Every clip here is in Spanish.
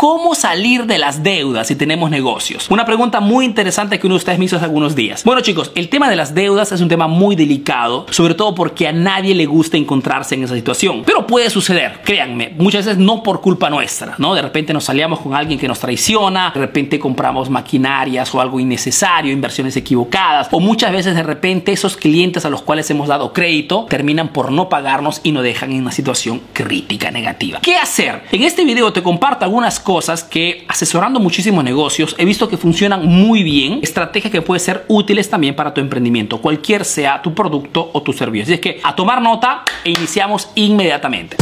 ¿cómo salir de las deudas si tenemos negocios? Una pregunta muy interesante que uno de ustedes me hizo hace algunos días. Bueno, chicos, el tema de las deudas es un tema muy delicado, sobre todo porque a nadie le gusta encontrarse en esa situación. Pero puede suceder, créanme, muchas veces no por culpa nuestra, ¿no? De repente nos aliamos con alguien que nos traiciona, de repente compramos maquinarias o algo innecesario, inversiones equivocadas, o muchas veces de repente esos clientes a los cuales hemos dado crédito terminan por no pagarnos y nos dejan en una situación crítica, negativa. ¿Qué hacer? En este video te comparto algunas cosas que, asesorando muchísimos negocios, he visto que funcionan muy bien, estrategias que pueden ser útiles también para tu emprendimiento, cualquier sea tu producto o tu servicio. Así es que a tomar nota e iniciamos inmediatamente.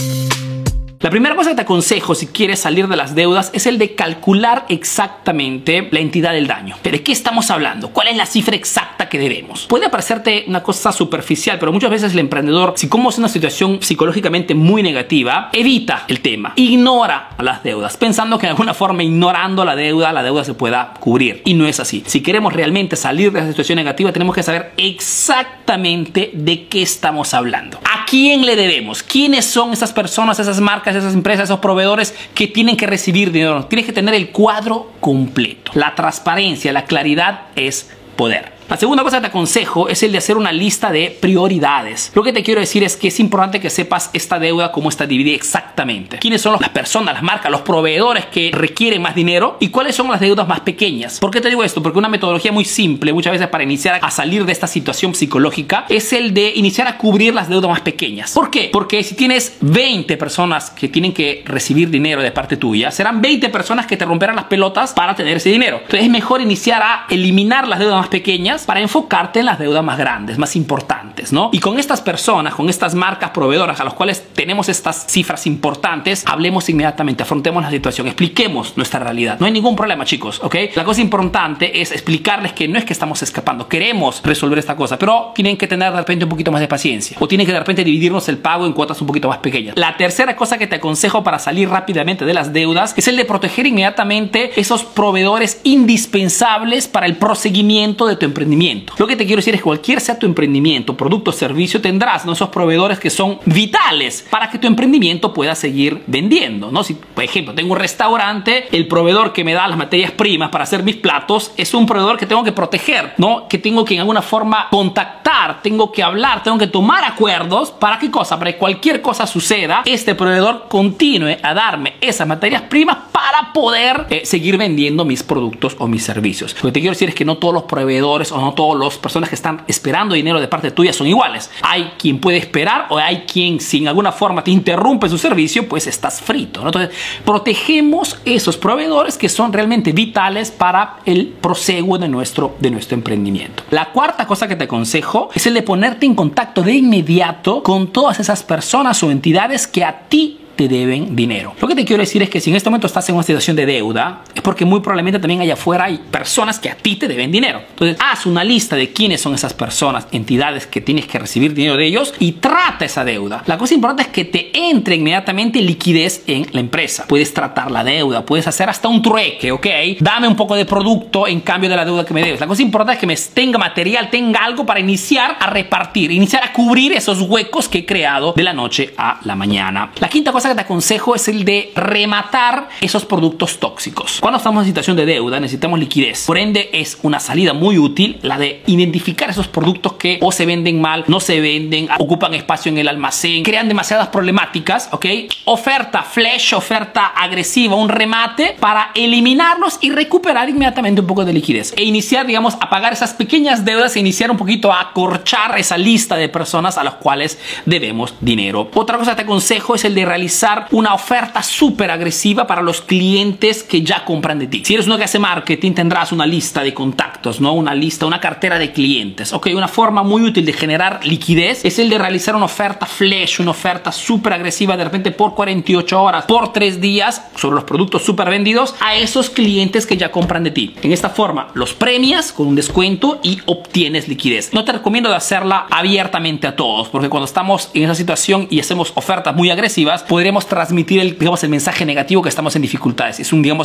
La primera cosa que te aconsejo si quieres salir de las deudas es el de calcular exactamente la entidad del daño. ¿De qué estamos hablando? ¿Cuál es la cifra exacta que debemos? Puede parecerte una cosa superficial, pero muchas veces el emprendedor, si como es una situación psicológicamente muy negativa, evita el tema, ignora las deudas, pensando que de alguna forma ignorando la deuda se pueda cubrir. Y no es así. Si queremos realmente salir de esa situación negativa, tenemos que saber exactamente de qué estamos hablando. ¿A quién le debemos? ¿Quiénes son esas personas, esas marcas, esas empresas, esos proveedores que tienen que recibir dinero? Tienes que tener el cuadro completo. La transparencia, la claridad es poder. La segunda cosa que te aconsejo es el de hacer una lista de prioridades. Lo que te quiero decir es que es importante que sepas esta deuda, cómo está dividida exactamente. ¿Quiénes son las personas, las marcas, los proveedores que requieren más dinero? ¿Y cuáles son las deudas más pequeñas? ¿Por qué te digo esto? Porque una metodología muy simple, muchas veces para iniciar a salir de esta situación psicológica, es el de iniciar a cubrir las deudas más pequeñas. ¿Por qué? Porque si tienes 20 personas que tienen que recibir dinero de parte tuya, serán 20 personas que te romperán las pelotas para tener ese dinero. Entonces es mejor iniciar a eliminar las deudas más pequeñas para enfocarte en las deudas más grandes, más importantes, ¿no? Y con estas personas, con estas marcas proveedoras a las cuales tenemos estas cifras importantes, hablemos inmediatamente, afrontemos la situación, expliquemos nuestra realidad. No hay ningún problema, chicos, ¿ok? La cosa importante es explicarles que no es que estamos escapando, queremos resolver esta cosa, pero tienen que tener de repente un poquito más de paciencia, o tienen que de repente dividirnos el pago en cuotas un poquito más pequeñas. La tercera cosa que te aconsejo para salir rápidamente de las deudas es el de proteger inmediatamente esos proveedores indispensables para el proseguimiento de tu emprendimiento. Lo que te quiero decir es que cualquier sea tu emprendimiento, producto o servicio, tendrás, ¿no?, esos proveedores que son vitales para que tu emprendimiento pueda seguir vendiendo, ¿no? Si, por ejemplo, tengo un restaurante, el proveedor que me da las materias primas para hacer mis platos es un proveedor que tengo que proteger, ¿no? Que tengo que en alguna forma contactar, tengo que hablar, tengo que tomar acuerdos. ¿Para qué cosa? Para que cualquier cosa suceda, este proveedor continúe a darme esas materias primas para poder seguir vendiendo mis productos o mis servicios. Lo que te quiero decir es que no todos los proveedores o no todas las personas que están esperando dinero de parte tuya son iguales. Hay quien puede esperar o hay quien, si en alguna forma te interrumpe su servicio, pues estás frito, ¿no? Entonces, protegemos esos proveedores que son realmente vitales para el proseguo de nuestro emprendimiento. La cuarta cosa que te aconsejo es el de ponerte en contacto de inmediato con todas esas personas o entidades que a ti te deben dinero. Lo que te quiero decir es que si en este momento estás en una situación de deuda, es porque muy probablemente también allá afuera hay personas que a ti te deben dinero. Entonces, haz una lista de quiénes son esas personas, entidades que tienes que recibir dinero de ellos y trata esa deuda. La cosa importante es que te entre inmediatamente liquidez en la empresa. Puedes tratar la deuda, puedes hacer hasta un trueque, ¿ok? Dame un poco de producto en cambio de la deuda que me debes. La cosa importante es que me tenga material, tenga algo para iniciar a repartir, iniciar a cubrir esos huecos que he creado de la noche a la mañana. La quinta cosa que te aconsejo es el de rematar esos productos tóxicos. Cuando estamos en situación de deuda necesitamos liquidez. Por ende es una salida muy útil la de identificar esos productos que o se venden mal, no se venden, ocupan espacio en el almacén, crean demasiadas problemáticas, ¿ok? Oferta flash, oferta agresiva, un remate para eliminarlos y recuperar inmediatamente un poco de liquidez e iniciar, digamos, a pagar esas pequeñas deudas e iniciar un poquito a acorchar esa lista de personas a las cuales debemos dinero. Otra cosa que te aconsejo es el de realizar una oferta súper agresiva para los clientes que ya compran de ti. Si eres uno que hace marketing, tendrás una lista de contactos, ¿no? Una lista, una cartera de clientes. Ok, una forma muy útil de generar liquidez es el de realizar una oferta flash, una oferta súper agresiva de repente por 48 horas, por 3 días, sobre los productos súper vendidos a esos clientes que ya compran de ti. En esta forma, los premias con un descuento y obtienes liquidez. No te recomiendo de hacerla abiertamente a todos, porque cuando estamos en esa situación y hacemos ofertas muy agresivas, podremos transmitir el mensaje negativo que estamos en dificultades. Es un tipo de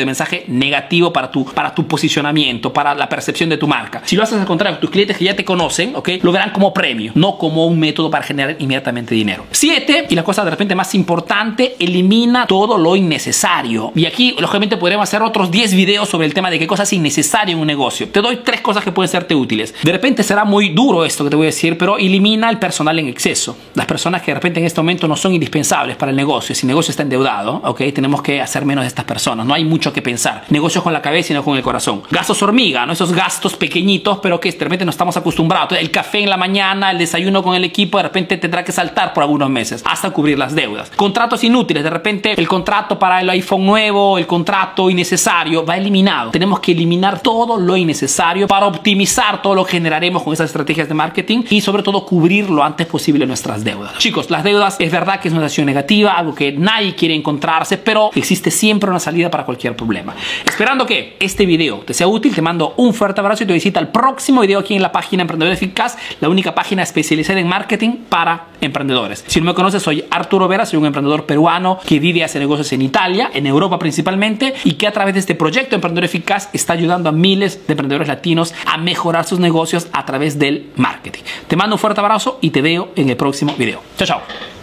de mensaje negativo para tu posicionamiento, para la percepción de tu marca. Si lo haces al contrario, tus clientes que ya te conocen, ¿ok?, lo verán como premio, no como un método para generar inmediatamente dinero. 7, y la cosa de repente más importante, elimina todo lo innecesario. Y aquí, lógicamente, podremos hacer otros 10 videos sobre el tema de qué cosas es innecesario en un negocio. Te doy 3 cosas que pueden serte útiles. De repente será muy duro esto que te voy a decir, pero elimina el personal en exceso. Las personas que de repente en este momento no son indispensables para el negocio. Si el negocio está endeudado, ¿ok?, tenemos que hacer menos de estas personas. No hay mucho que pensar. Negocios con la cabeza y no con el corazón. Gastos hormiga, ¿no? Esos gastos pequeñitos, pero que de repente no estamos acostumbrados. Entonces, el café en la mañana, el desayuno con el equipo, de repente tendrá que saltar por algunos meses hasta cubrir las deudas. Contratos inútiles. De repente el contrato para el iPhone nuevo, el contrato innecesario, va eliminado. Tenemos que eliminar todo lo innecesario para optimizar todo lo que generaremos con esas estrategias de marketing y sobre todo cubrir lo antes posible nuestras deudas. Chicos, las deudas es verdad que es una situación negativa, algo que nadie quiere encontrarse, pero existe siempre una salida para cualquier problema. Esperando que este video te sea útil, te mando un fuerte abrazo y te visita al próximo video aquí en la página Emprendedor Eficaz, la única página especializada en marketing para emprendedores. Si no me conoces, soy Arturo Vera, soy un emprendedor peruano que vive y hace negocios en Italia, en Europa principalmente, y que a través de este proyecto Emprendedor Eficaz está ayudando a miles de emprendedores latinos a mejorar sus negocios a través del marketing. Te mando un fuerte abrazo y te veo en el próximo video. Chao, chao.